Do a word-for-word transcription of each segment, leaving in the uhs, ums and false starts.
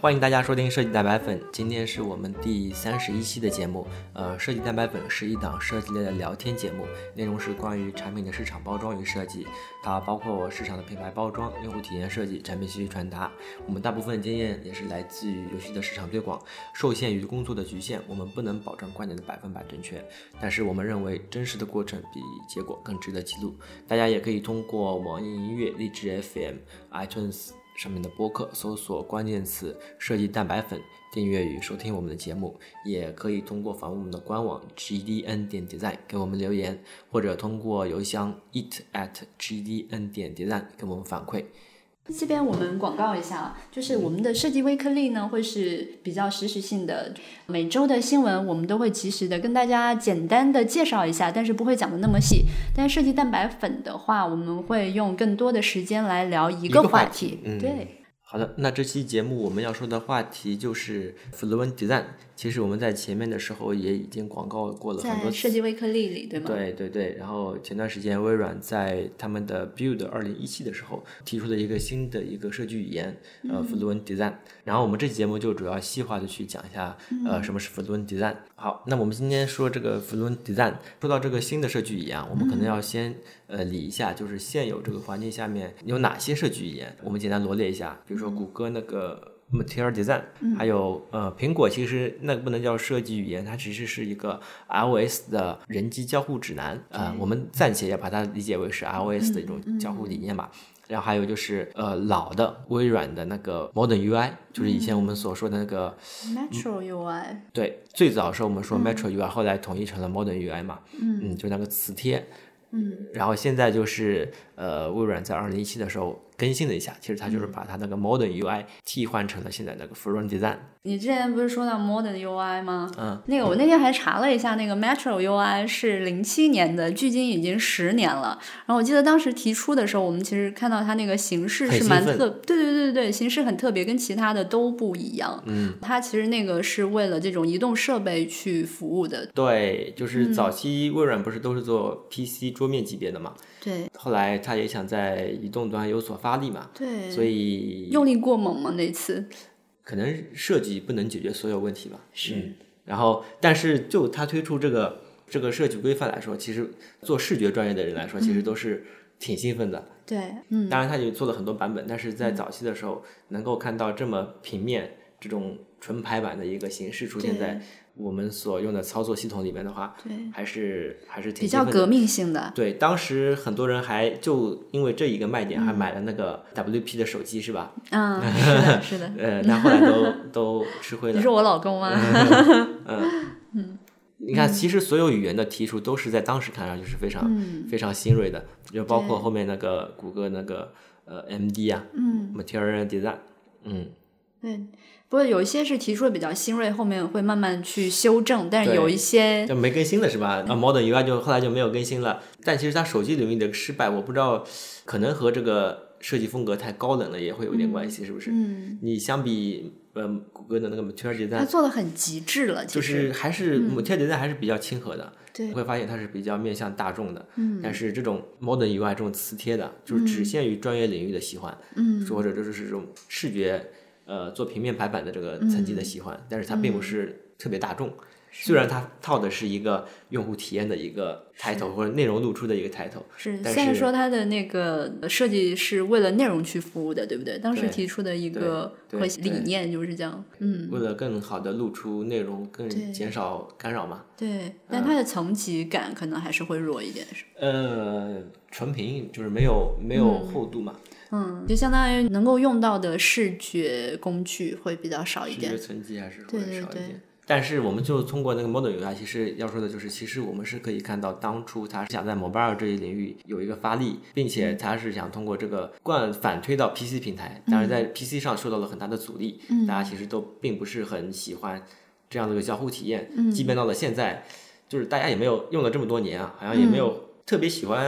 欢迎大家收听设计蛋白粉，今天是我们第三十一期的节目。呃，设计蛋白粉是一档设计类的聊天节目，内容是关于产品的市场包装与设计，它包括市场的品牌包装、用户体验设计、产品信息传达。我们大部分经验也是来自于游戏的市场推广，受限于工作的局限，我们不能保证观点的百分百正确，但是我们认为真实的过程比结果更值得记录。大家也可以通过网易音乐、荔枝 F M、iTunes上面的播客搜索关键词设计蛋白粉，订阅与收听我们的节目，也可以通过访问我们的官网 g d n 点 design 给我们留言，或者通过邮箱 eat at g d n 点 design 给我们反馈。 这边我们广告一下，就是我们的设计微颗粒呢会是比较实时性的，每周的新闻我们都会及时的跟大家简单的介绍一下，但是不会讲的那么细。但是设计蛋白粉的话，我们会用更多的时间来聊一个话题。 嗯、 对。 好的，那这期节目我们要说的话题就是 Fluent Design。其实我们在前面的时候也已经广告过了很多次， 在设计微颗粒里，对吗？ 对对对。然后前段时间微软在他们的 Build 二零一七的时候提出了一个新的一个设计语言，呃、嗯、Fluent Design。然后我们这期节目就主要细化的去讲一下，呃，什么是 Fluent Design。好，那我们今天说这个 Fluent Design， 说到这个新的设计语言，我们可能要先呃理一下，就是现有这个环境下面有哪些设计语言，我们简单罗列一下，比如说谷歌那个Material Design， 还有呃，苹果其实那个不能叫设计语言，它其实是一个 iOS 的人机交互指南，呃，我们暂且也把它理解为是 iOS 的一种交互理念吧。然后还有就是呃老的微软的那个 Modern U I， 就是以前我们所说的那个 Metro U I。 对，最早的时候我们说 Metro U I，、嗯、后来统一成了 Modern U I 嘛， 嗯嗯，就那个磁贴。 嗯， 然后现在就是呃，微软在二零一七的时候更新了一下，其实它就是把它那个 Modern U I 替换成了现在那个 Fluent Design。 你之前不是说到 Modern U I 吗？ 嗯， 那个我那天还查了一下，那个 Metro U I 是零七年的，距今已经十年了。然后我记得当时提出的时候，我们其实看到它那个形式是蛮特，对对对对对，形式很特别，跟其他的都不一样。 嗯， 它其实那个是为了这种移动设备去服务的。 对，就是早期微软不是都是做 P C 桌面级别的嘛？ 对。 后来它也想在移动端有所发力嘛？ 对。 所以用力过猛嘛那次。 可能设计不能解决所有问题吧， 是、 嗯。然后，但是就他推出这个这个设计规范来说，其实做视觉专业的人来说，其实都是挺兴奋的。 嗯、对，嗯。 当然，他也做了很多版本，但是在早期的时候，能够看到这么平面这种纯排版的一个形式出现在我们所用的操作系统里面的话， 对， 还是还是挺比较革命性的。 对，当时很多人还就因为这一个卖点，还买了那个 W P 的手机，是吧？ 嗯，是的，是的。 呃，但后来都都吃亏了。 你是我老公吗？ 嗯嗯。你看，其实所有语言的提出都是在当时看上去是非常、 嗯、 非常新锐的，就包括后面那个谷歌那个呃 M D 啊， 嗯 ，Material Design， 嗯， 对。不过有一些是提出的比较新锐，后面会慢慢去修正，但是有一些就没更新了，是吧？啊 ，Modern U I 就后来就没有更新了。但其实它手机领域的失败，我不知道，可能和这个设计风格太高冷了也会有点关系， 嗯、 是不是？ 嗯， 你相比呃谷歌的那个 Material Design， 它做的很极致了，其实就是还是、嗯、Material Design 还是比较亲和的。 对， 你会发现它是比较面向大众的。 嗯， 但是这种 Modern U I 这种磁贴的，就是只限于专业领域的喜欢。 嗯， 或者就是这种视觉。呃，做平面排版的这个层级的喜欢、嗯，但是它并不是特别大众。嗯、虽然它套的是一个用户体验的一个 title 或者内容露出的一个 title， 是。 但是虽然说它的那个设计是为了内容去服务的，对不对？当时提出的一个核心理念就是这样。嗯， 为了更好的露出内容，更减少干扰嘛。 对，但它的层级感可能还是会弱一点，是吧？ 呃，纯平就是没有没有厚度嘛。 嗯嗯，就相当于能够用到的视觉工具会比较少一点， 视觉层级还是会少一点。 对对对。 但是我们就通过那个 Modern U I， 其实要说的就是，其实我们是可以看到，当初他想在 Mobile 这一领域有一个发力，并且他是想通过这个惯反推到 P C 平台，当然在 P C 上受到了很大的阻力， 嗯、 大家其实都并不是很喜欢这样的一个交互体验， 嗯、 即便到了现在，就是大家也没有用了这么多年啊，好像也没有特别喜欢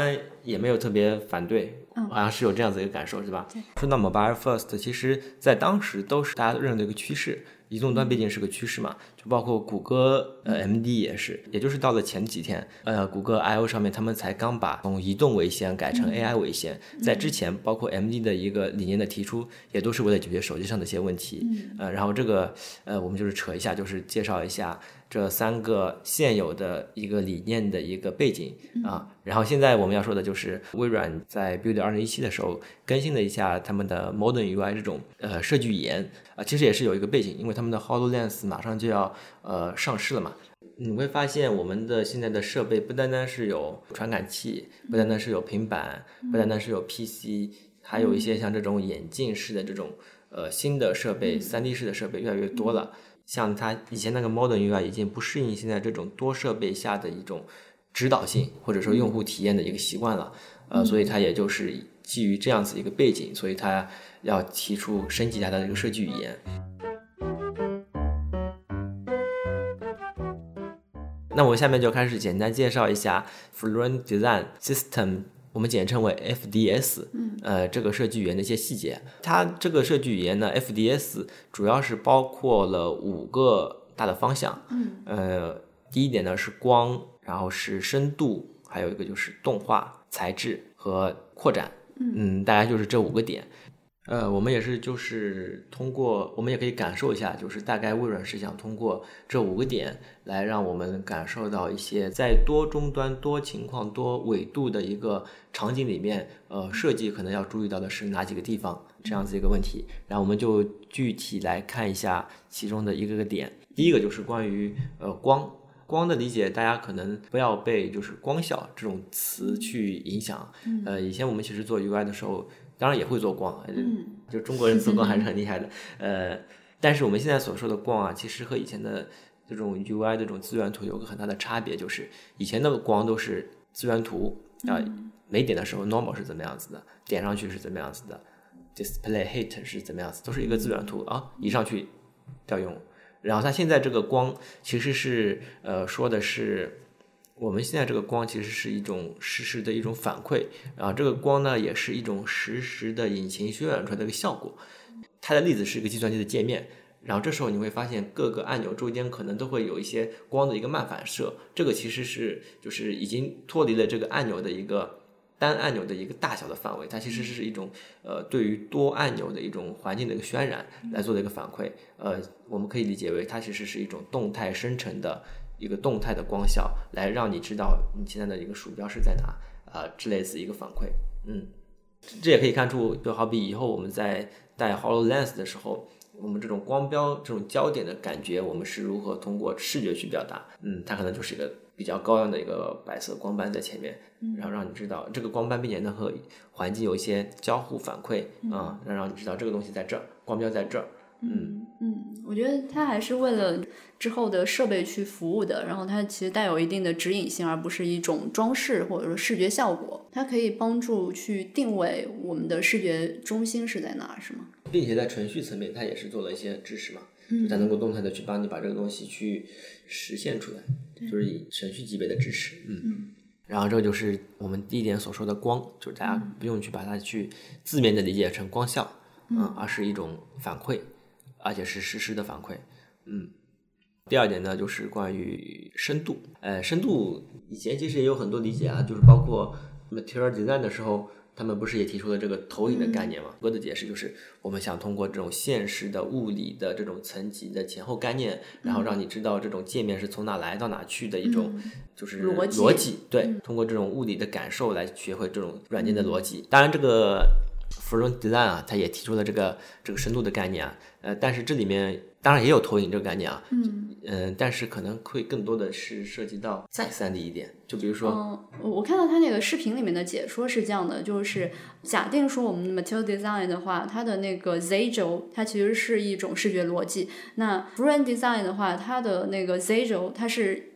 也没有特别反对， 嗯， 好像是有这样子一个感受，是吧？说到 mobile first， 其实在当时都是大家认为的一个趋势，移动端毕竟是个趋势嘛，就包括谷歌呃 M D 也是，也就是到了前几天，呃，谷歌 I O 上面他们才刚把从移动为先改成 A I 为先，在之前包括 M D 的一个理念的提出，也都是为了解决手机上的一些问题，呃，然后这个呃我们就是扯一下，就是介绍一下这三个现有的一个理念的一个背景啊，然后现在我们要说的就是微软在 Build 二零一七的时候更新了一下他们的 Modern U I 这种呃设计语言啊，其实也是有一个背景，因为他们的 HoloLens 马上就要呃上市了嘛。你会发现我们的现在的设备不单单是有传感器，不单单是有平板，不单单是有 P C， 还有一些像这种眼镜式的这种呃新的设备 三 D 式的设备越来越多了。像它以前那个 Modern U I 已经不适应现在这种多设备下的一种指导性或者说用户体验的一个习惯了，呃，所以它也就是基于这样子一个背景，所以它要提出升级它的这个设计语言。那我下面就开始简单介绍一下 Fluent Design System， 我们简称为 F D S， 呃，这个设计语言的一些细节。它这个设计语言呢 F D S 主要是包括了五个大的方向，呃，第一点呢是光，然后是深度，还有一个就是动画、材质和扩展，嗯，大概就是这五个点。呃，我们也是就是通过，我们也可以感受一下，就是大概微软是想通过这五个点来让我们感受到一些在多终端、多情况、多纬度的一个场景里面，呃，设计可能要注意到的是哪几个地方，这样子一个问题。然后我们就具体来看一下其中的一个个点。第一个就是关于呃光。光的理解，大家可能不要被就是光效这种词去影响。呃，以前我们其实做 U I 的时候，当然也会做光， 嗯， 就中国人做光还是很厉害的。呃，但是我们现在所说的光啊，其实和以前的这种 U I 的这种资源图有个很大的差别，就是以前的光都是资源图啊、呃，没点的时候 normal 是怎么样子的，点上去是怎么样子的 ，display hit 是怎么样子，都是一个资源图啊，移上去调用。然后它现在这个光其实是呃说的是我们现在这个光其实是一种实时的一种反馈，然后这个光呢也是一种实时的引擎渲染出来的一个效果。它的例子是一个计算机的界面，然后这时候你会发现各个按钮中间可能都会有一些光的一个漫反射，这个其实是就是已经脱离了这个按钮的一个单按钮的一个大小的范围，它其实是一种呃对于多按钮的一种环境的一个渲染来做的一个反馈，呃，我们可以理解为它其实是一种动态生成的一个动态的光效，来让你知道你现在的一个鼠标是在哪啊、呃，之类似一个反馈，嗯，这也可以看出，就好比以后我们在带 HoloLens 的时候，我们这种光标这种焦点的感觉，我们是如何通过视觉去表达，嗯，它可能就是一个比较高亮的一个白色光斑在前面，然后让你知道这个光斑并且能和环境有一些交互反馈啊、嗯，让你知道这个东西在这儿，光标在这儿。 嗯嗯，我觉得它还是为了之后的设备去服务的，然后它其实带有一定的指引性，而不是一种装饰或者说视觉效果。它可以帮助去定位我们的视觉中心是在哪，是吗？ 并且在程序层面，它也是做了一些支持嘛，嗯、就它能够动态的去帮你把这个东西去实现出来，就是以程序级别的支持。嗯。嗯，然后这个就是我们第一点所说的光，就是大家不用去把它去字面的理解成光效，嗯，嗯而是一种反馈。而且是实时的反馈，嗯。第二点呢，就是关于深度，呃，深度以前其实也有很多理解啊，就是包括 Material Design 的时候，他们不是也提出了这个投影的概念嘛？我的解释就是我们想通过这种现实的物理的这种层级的前后概念，然后让你知道这种界面是从哪来到哪去的一种就是逻辑，逻辑对、嗯，通过这种物理的感受来学会这种软件的逻辑。当然这个Fluent Design 啊，它也提出了这个这个深度的概念啊，呃，但是这里面当然也有投影这个概念啊，嗯，呃，但是可能会更多的是涉及到再 三 D 一点，就比如说， 嗯，我看到他那个视频里面的解说是这样的，就是假定说我们 Material Design 的话，它的那个 Z 轴它其实是一种视觉逻辑，那 Fluent Design 的话，它的那个 Z 轴它是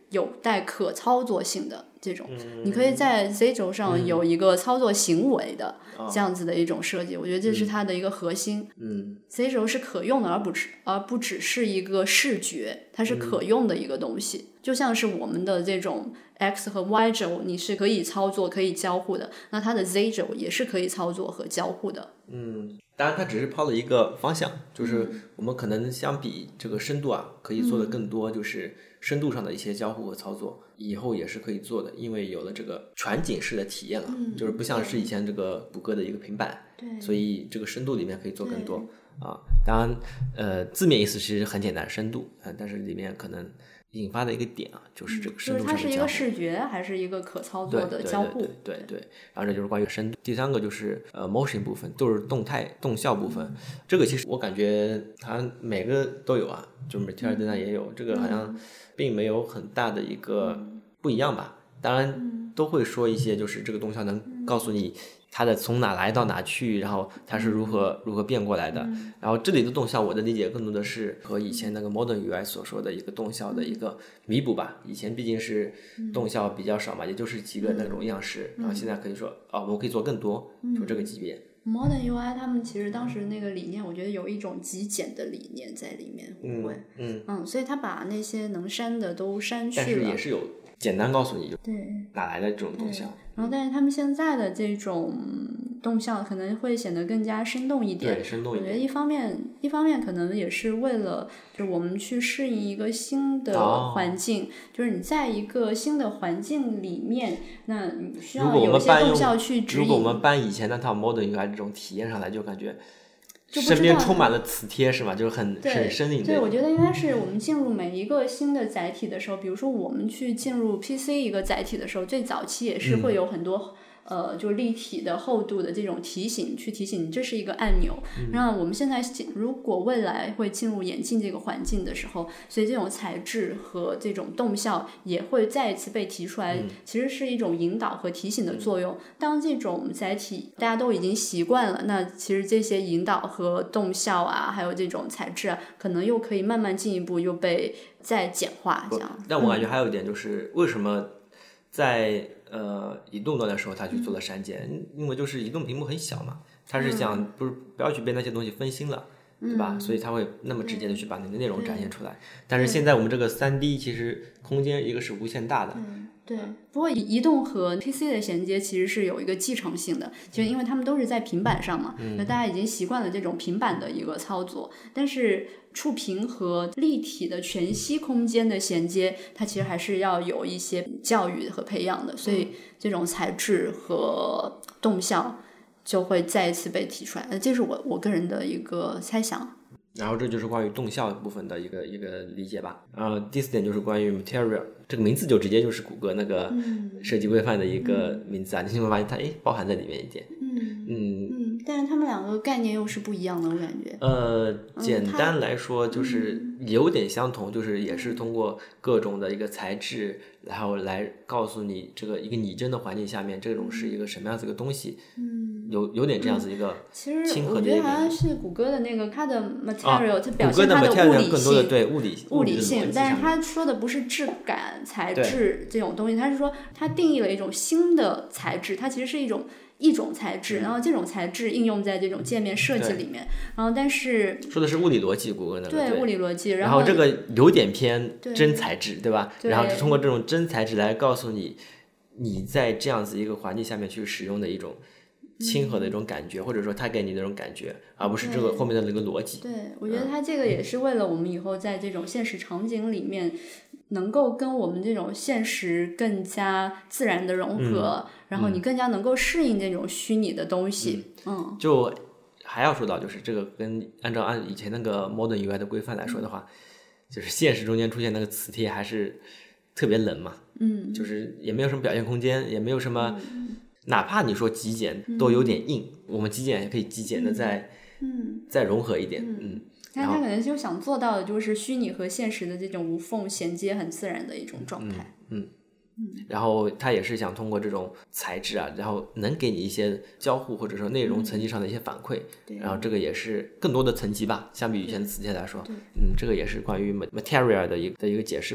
有带可操作性的这种，嗯、你可以在 Z 轴上有一个操作行为的这样子的一种设计，嗯、我觉得这是它的一个核心。 嗯 Z 轴是可用的，而不是而不只是一个视觉，它是可用的一个东西，嗯、就像是我们的这种 X 和 Y 轴，你是可以操作、可以交互的，那它的 Z 轴也是可以操作和交互的。 嗯，当然它只是抛了一个方向，就是我们可能相比这个深度啊，可以做的更多，就是深度上的一些交互和操作，以后也是可以做的，因为有了这个全景式的体验了，嗯、就是不像是以前这个谷歌的一个平板， 对， 所以这个深度里面可以做更多啊。当然，呃，字面意思其实很简单，深度，呃、但是里面可能引发的一个点啊，就是这个深度上的交互， 就是它是一个视觉还是一个可操作的交互？ 对对 对, 对, 对, 对。然后这就是关于深度。第三个就是呃 motion 部分，都是动态动效部分。嗯、这个其实我感觉它每个都有啊，就 Material Design 也有，嗯、这个好像并没有很大的一个不一样吧。当然都会说一些，就是这个动效能告诉你它的从哪来到哪去，然后它是如何如何变过来的。 嗯、 然后这里的动效，我的理解更多的是和以前那个 Modern U I 所说的一个动效的一个弥补吧。以前毕竟是动效比较少嘛，也就是几个那种样式， 嗯、 然后现在可以说哦，我们可以做更多，就这个级别。 Modern U I 他们其实当时那个理念，我觉得有一种极简的理念在里面，会不会？ 嗯 嗯, 嗯，所以他把那些能删的都删去了， 但是也是有简单告诉你对哪来的这种动效。 然后但是他们现在的这种动效可能会显得更加生动一点， 对，生动一点。 我觉得一方面一方面可能也是为了就是我们去适应一个新的环境， 哦、 就是你在一个新的环境里面，那你需要有一些动效去指引。 如果我们搬以前那套 Modern U I 这种体验上来，就感觉身边充满了磁贴，是吗？就是很很生硬。 对，我觉得应该是我们进入每一个新的载体的时候，比如说我们去进入 P C 一个载体的时候，最早期也是会有很多、嗯。呃，就立体的厚度的这种提醒，去提醒你这是一个按钮。 嗯、 那我们现在如果未来会进入眼镜这个环境的时候，所以这种材质和这种动效也会再一次被提出来， 嗯、 其实是一种引导和提醒的作用。当这种载体大家都已经习惯了，那其实这些引导和动效啊，还有这种材质啊，可能又可以慢慢进一步又被再简化这样。 但我感觉还有一点就是，为什么在呃，移动端的时候，他去做了删减、嗯，因为就是移动屏幕很小嘛，他是想、嗯、不是不要去被那些东西分心了， 嗯、 对吧？所以他会那么直接的去把你的内容展现出来。但是现在我们这个 三 D 其实空间一个是无限大的。 对，不过移动和 P C 的衔接其实是有一个继承性的，其实因为他们都是在平板上嘛，那、嗯、大家已经习惯了这种平板的一个操作，但是触屏和立体的全息空间的衔接，它其实还是要有一些教育和培养的，所以这种材质和动效就会再一次被提出来，呃，这是我我个人的一个猜想。 然后这就是关于动效部分的一个一个理解吧。然后第四点就是关于 Material， 这个名字就直接就是谷歌那个设计规范的一个名字啊，嗯、你会发现它诶包含在里面一点。 嗯嗯嗯，但是他们两个概念又是不一样的，我感觉。 呃，简单来说就是有点相同，嗯、就是也是通过各种的一个材质，然后来告诉你这个一个拟真的环境下面，这种是一个什么样子的东西。 嗯， 有有点这样子一个亲和的一个。 其实我觉得好像是谷歌的那个它的 material，、啊、它表现它的物理性， 更多的对物理物理性，但是它说的不是质感、材质这种东西，它是说它定义了一种新的材质，它其实是一种。一种材质，然后这种材质应用在这种界面设计里面，然后但是说的是物理逻辑，谷歌那个对物理逻辑， 然后这个有点偏真材质， 对, 对吧？对，然后通过这种真材质来告诉你，你在这样子一个环境下面去使用的一种亲和的一种感觉，嗯、或者说它给你那种感觉，而不是这个后面的那个逻辑。 对，我觉得它这个也是为了我们以后在这种现实场景里面。能够跟我们这种现实更加自然的融合， 嗯、 然后你更加能够适应这种虚拟的东西。嗯， 嗯就还要说到，就是这个跟按照按以前那个 Modern U I 的规范来说的话，嗯、就是现实中间出现那个磁贴还是特别冷嘛。 嗯， 就是也没有什么表现空间，也没有什么，嗯、哪怕你说极简都有点硬，嗯、我们极简也可以极简的再嗯再融合一点。 嗯。 嗯但他可能就想做到的就是虚拟和现实的这种无缝衔接，很自然的一种状态。 嗯 嗯, 嗯然后他也是想通过这种材质啊，然后能给你一些交互或者说内容层级上的一些反馈。 嗯、 然后这个也是更多的层级吧，相比以前的磁贴来说，嗯，这个也是关于 material 的一个的一个解释吧。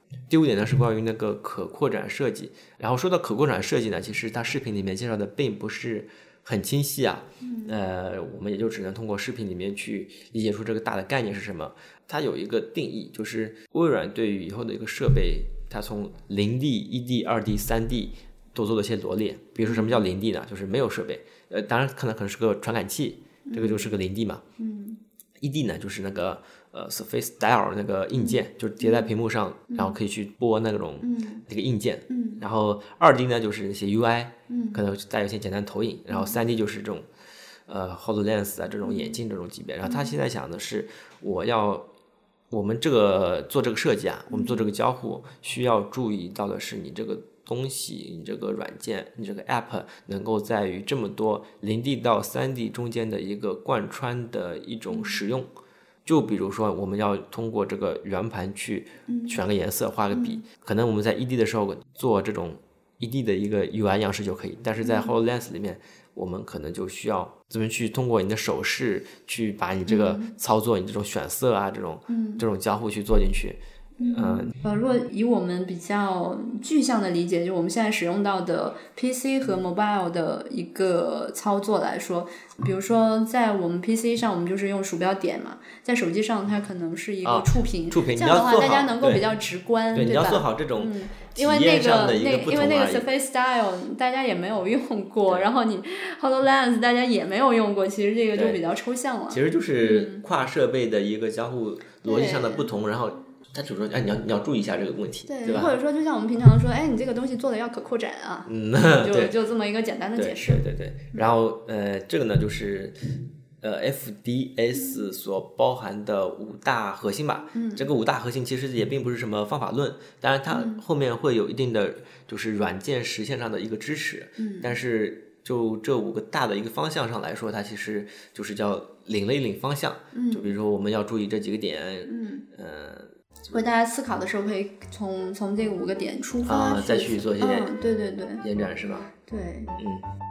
第五点呢是关于那个可扩展设计。然后说到可扩展设计呢，其实它视频里面介绍的并不是很清晰啊，呃，我们也就只能通过视频里面去理解出这个大的概念是什么。它有一个定义，就是微软对于以后的一个设备，它从零 D、一 D、二 D、三 D 都做了些罗列。比如说什么叫零 D 呢？就是没有设备，呃，当然可能可能是个传感器，这个就是个零 D 嘛。 嗯。 一 D 呢就是那个呃 Surface Dial 那个硬件，就是叠在屏幕上，然后可以去拨那种那个硬件。 嗯。 然后二 D 呢就是那些 U I， 嗯， 可能带有一些简单投影。然后三 D 就是这种呃 HoloLens 啊这种眼镜这种级别。然后他现在想的是，我要我们这个做这个设计啊，我们做这个交互需要注意到的是你这个东西，你这个软件，你这个 app 能够在于这么多零 D 到三 D 中间的一个贯穿的一种使用。就比如说我们要通过这个圆盘去选个颜色，画个笔，可能我们在 一 D 的时候做这种一 D 的一个 U I 样式就可以，但是在 HoloLens 里面我们可能就需要怎么去通过你的手势去把你这个操作，你这种选色啊这种这种交互去做进去。 嗯，呃，如果以我们比较具象的理解，就我们现在使用到的 P C 和 mobile 的一个操作来说，比如说在我们 P C 上，我们就是用鼠标点嘛，在手机上它可能是一个触屏， 啊、触屏这样的话大家能够比较直观， 对， 对吧？ 你要做好这种体验上的一个不同而已。 因为那个 Surface Dial 大家也没有用过，然后你 HoloLens 大家也没有用过，其实这个就比较抽象了。 其实就是跨设备的一个交互逻辑上的不同，然后。他只说，哎，你要你要注意一下这个问题， 对， 对吧？ 或者说，就像我们平常说，哎，你这个东西做的要可扩展啊， 嗯， 就对， 就这么一个简单的解释。 对对对对。然后呃，这个呢就是呃 F D S 所包含的五大核心吧。嗯。这个五大核心其实也并不是什么方法论，当然它后面会有一定的就是软件实现上的一个支持。嗯。但是就这五个大的一个方向上来说，它其实就是叫领了一领方向。嗯。就比如说我们要注意这几个点。嗯。呃。 为大家思考的时候，可以从从这个五个点出发， 啊，再去做一些嗯，对对对， 延展是吧？ 对， 嗯。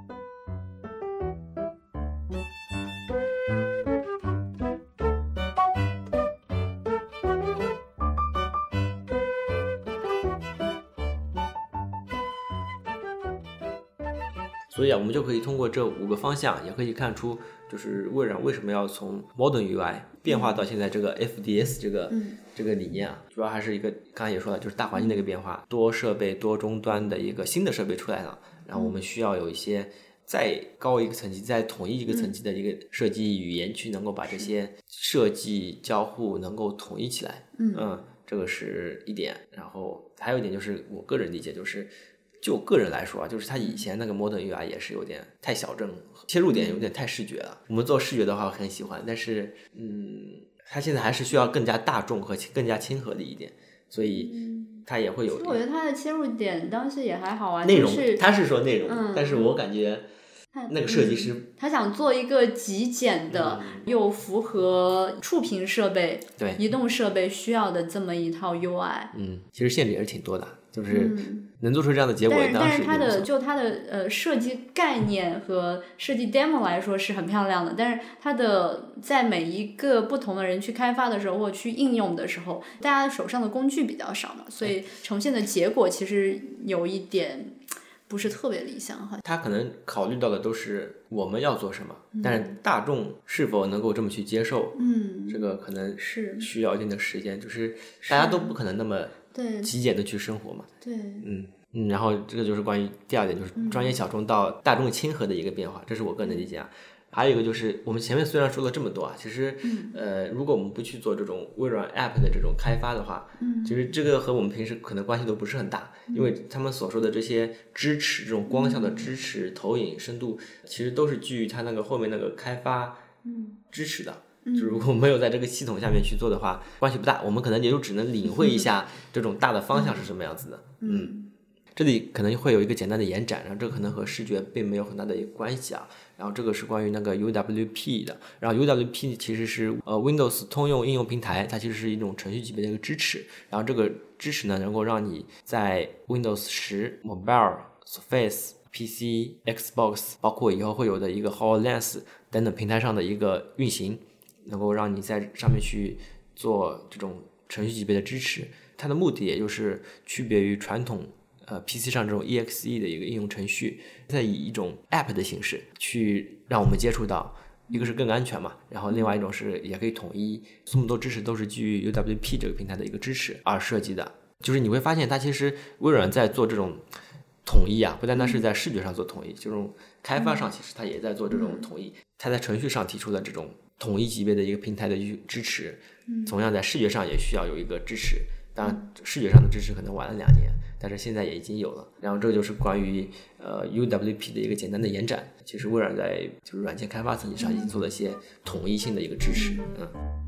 所以啊，我们就可以通过这五个方向，也可以看出，就是微软为什么要从 Modern U I 变化到现在这个 F D S 这个、 嗯、 这个理念啊，主要还是一个刚才也说了，就是大环境的一个变化，多设备、多终端的一个新的设备出来了，然后我们需要有一些再高一个层级、再统一一个层级的一个设计语言，去能够把这些设计交互能够统一起来。 嗯， 嗯，这个是一点。然后还有一点就是我个人理解就是。就个人来说啊，就是他以前那个 Modern U I 也是有点太小众，切入点有点太视觉了。我们做视觉的话我很喜欢，但是嗯，他现在还是需要更加大众和更加亲和的一点，所以他也会有。 其实我觉得他的切入点当时也还好啊， 内容、 就是、 他是说内容、 嗯， 但是我感觉那个设计师、 嗯、他想做一个极简的、嗯、又符合触屏设备、 对移动设备需要的这么一套 U I。 嗯，其实限制也是挺多的。就是能做出这样的结果， 嗯、但是但是它的就它的呃设计概念和设计 demo 来说是很漂亮的，但是它的在每一个不同的人去开发的时候或去应用的时候，大家手上的工具比较少嘛，所以呈现的结果其实有一点不是特别理想哈。 他可能考虑到的都是我们要做什么， 嗯、 但是大众是否能够这么去接受， 嗯， 这个可能是需要一定的时间，就是大家都不可能那么。 对， 极简的去生活嘛， 对， 嗯嗯，然后这个就是关于第二点，就是专业小众到大众亲和的一个变化，这是我个人的理解啊。还有一个就是我们前面虽然说了这么多啊，其实、 嗯、 呃，如果我们不去做这种微软 App 的这种开发的话， 嗯， 其实这个和我们平时可能关系都不是很大， 嗯、 因为他们所说的这些支持，这种光效的支持、投影、深度，其实都是基于它那个后面那个开发支持的。就如果没有在这个系统下面去做的话，关系不大，我们可能也就只能领会一下这种大的方向是什么样子的。 嗯， 嗯这里可能会有一个简单的延展，然后这个可能和视觉并没有很大的一个关系啊。然后这个是关于那个 U W P 的，然后 U W P 其实是呃 Windows 通用应用平台，它其实是一种程序级别的一个支持，然后这个支持呢能够让你在 Windows 十、Mobile、Surface、P C、Xbox， 包括以后会有的一个 HoloLens 等等平台上的一个运行。能够让你在上面去做这种程序级别的支持， 它的目的也就是区别于传统呃 P C 上这种 E X E 的一个应用程序，再以一种 App 的形式去让我们接触到，一个是更安全嘛，然后另外一种是也可以统一，这么多支持都是基于 U W P 这个平台的一个支持而设计的。就是你会发现它其实微软在做这种统一啊，不单单是在视觉上做统一，这种开发上其实它也在做这种统一，它在程序上提出了这种统一级别的一个平台的支持，同样在视觉上也需要有一个支持，当然视觉上的支持可能晚了两年，但是现在也已经有了。然后这就是关于呃 U W P 的一个简单的延展，其实微软在就是软件开发层级上已经做了一些统一性的一个支持。嗯。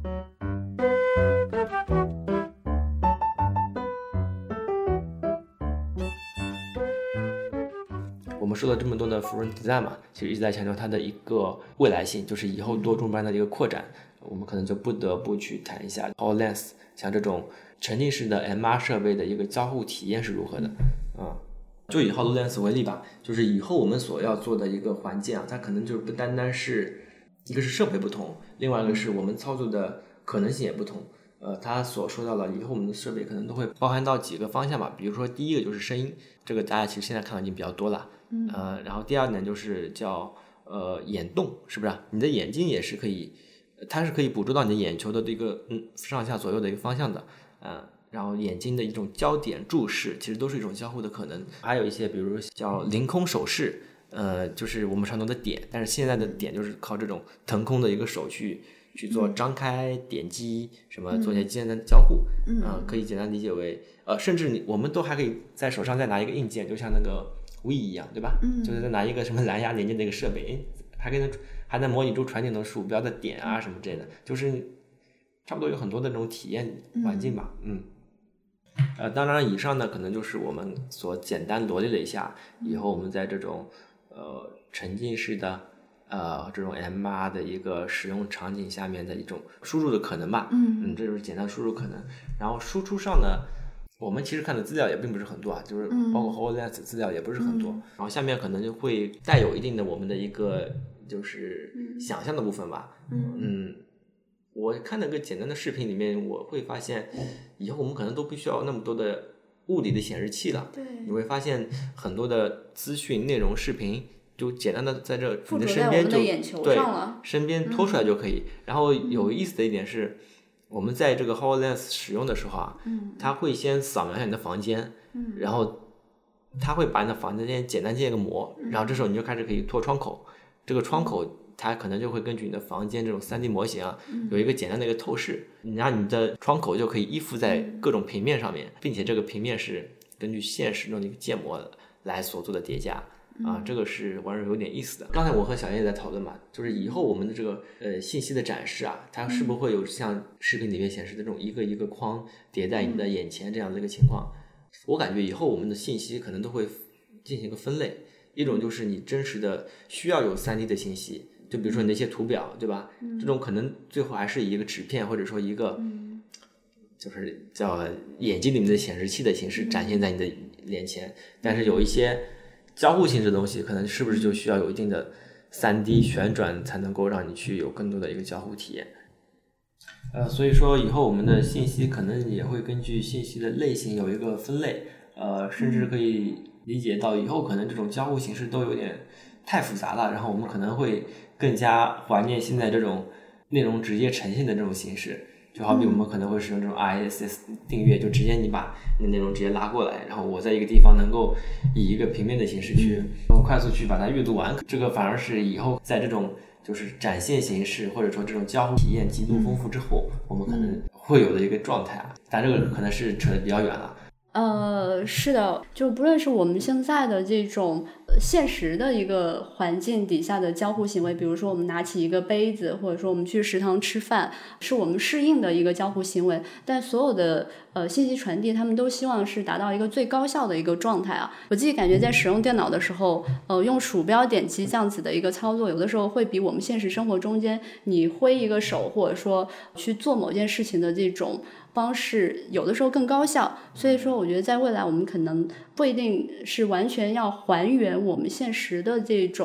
我们说了这么多的 Front Design 嘛，其实一直在强调它的一个未来性，就是以后多终端的一个扩展，我们可能就不得不去谈一下 HoloLens， 像这种沉浸式的 M R 设备的一个交互体验是如何的。嗯，就以 HoloLens 为例吧，就是以后我们所要做的一个环境啊，它可能就是不单单是一个是设备不同，另外一个是我们操作的可能性也不同。呃，他所说到了以后我们的设备可能都会包含到几个方向吧，比如说第一个就是声音，这个大家其实现在看到已经比较多了，嗯，呃，然后第二点就是叫呃眼动，是不是？你的眼睛也是可以，它是可以捕捉到你的眼球的这个嗯上下左右的一个方向的，呃，然后眼睛的一种焦点注视，其实都是一种交互的可能。还有一些比如叫凌空手势，呃，就是我们传统的点，但是现在的点就是靠这种腾空的一个手去。去做张开、点击什么，做一些简单的交互，嗯、呃，可以简单理解为，呃，甚至你我们都还可以在手上再拿一个硬件，就像那个 Wii 一样，对吧？嗯，就是再拿一个什么蓝牙连接的一个设备，还可以还能模拟出传统的鼠标的点啊什么之类的，就是差不多有很多的这种体验环境吧，嗯。嗯呃，当然，以上呢可能就是我们所简单罗列了一下，以后我们在这种呃沉浸式的。呃，这种 M R 的一个使用场景下面的一种输入的可能吧，嗯嗯，这就是简单输入可能。然后输出上呢，我们其实看的资料也并不是很多啊，就是包括 HoloLens 资料也不是很多。嗯、然后下面可能就会带有一定的我们的一个就是想象的部分吧，嗯嗯，我看那个简单的视频里面，我会发现以后我们可能都不需要那么多的物理的显示器了，对，你会发现很多的资讯、内容、视频。就简单的在这你的身边就对身边拖出来就可以、嗯、然后有意思的一点是、嗯、我们在这个 HoloLens 使用的时候啊、嗯、它会先扫描一下你的房间、嗯、然后它会把你的房间简单建一个模、嗯、然后这时候你就开始可以拖窗口，这个窗口它可能就会根据你的房间这种 三 D 模型啊、嗯、有一个简单的一个透视，然后你的窗口就可以依附在各种平面上面，并且这个平面是根据现实中的一个建模来所做的叠加啊，这个是玩儿有点意思的。刚才我和小燕也在讨论嘛，就是以后我们的这个呃信息的展示啊，它是不是会有像视频里面显示的这种一个一个框叠在你的眼前这样的一个情况？我感觉以后我们的信息可能都会进行一个分类，一种就是你真实的需要有 三 D 的信息，就比如说你那些图表，对吧？这种可能最后还是以一个纸片或者说一个就是叫眼睛里面的显示器的形式展现在你的脸前，但是有一些交互性质的东西可能是不是就需要有一定的 三 D 旋转才能够让你去有更多的一个交互体验。呃，所以说以后我们的信息可能也会根据信息的类型有一个分类，呃，甚至可以理解到以后可能这种交互形式都有点太复杂了，然后我们可能会更加怀念现在这种内容直接呈现的这种形式。就好比我们可能会使用这种 R S S 订阅，就直接你把你的内容直接拉过来，然后我在一个地方能够以一个平面的形式去快速去把它阅读完，这个反而是以后在这种就是展现形式或者说这种交互体验极度丰富之后，我们可能会有的一个状态啊，但这个可能是扯得比较远了。 呃，是的，就不论是我们现在的这种现实的一个环境底下的交互行为，比如说我们拿起一个杯子，或者说我们去食堂吃饭，是我们适应的一个交互行为，但所有的呃信息传递，他们都希望是达到一个最高效的一个状态啊。我自己感觉在使用电脑的时候，呃，用鼠标点击这样子的一个操作，有的时候会比我们现实生活中间你挥一个手，或者说去做某件事情的这种方式有的时候更高效，所以说我觉得在未来我们可能不一定是完全要还原我们现实的这种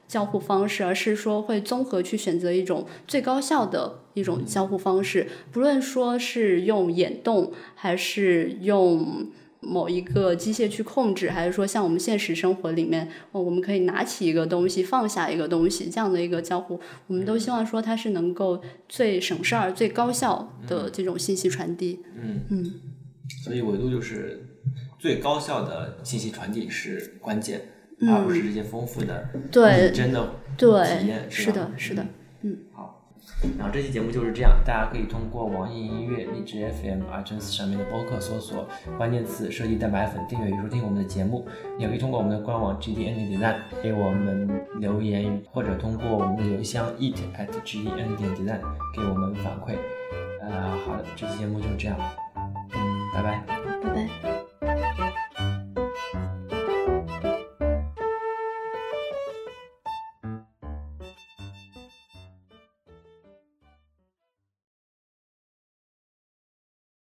交互方式，而是说会综合去选择一种最高效的一种交互方式，不论说是用眼动还是用某一个机械去控制，还是说像我们现实生活里面、哦、我们可以拿起一个东西放下一个东西，这样的一个交互，我们都希望说它是能够最省事儿最高效的这种信息传递。 嗯嗯， 所以维度就是最高效的信息传递是关键，嗯、而不是这些丰富的对真的体验。 是的是的。嗯， 好，然后这期节目就是这样，大家可以通过网易音乐、荔枝 F M、iTunes 上面的播客搜索关键词设计蛋白粉，订阅与收听我们的节目。你也可以通过我们的官网 G D N D 点 net 给我们留言，或者通过我们的邮箱 eat at g d n 点 net 给我们反馈。呃，好的，这期节目就这样，嗯，拜拜， 拜拜。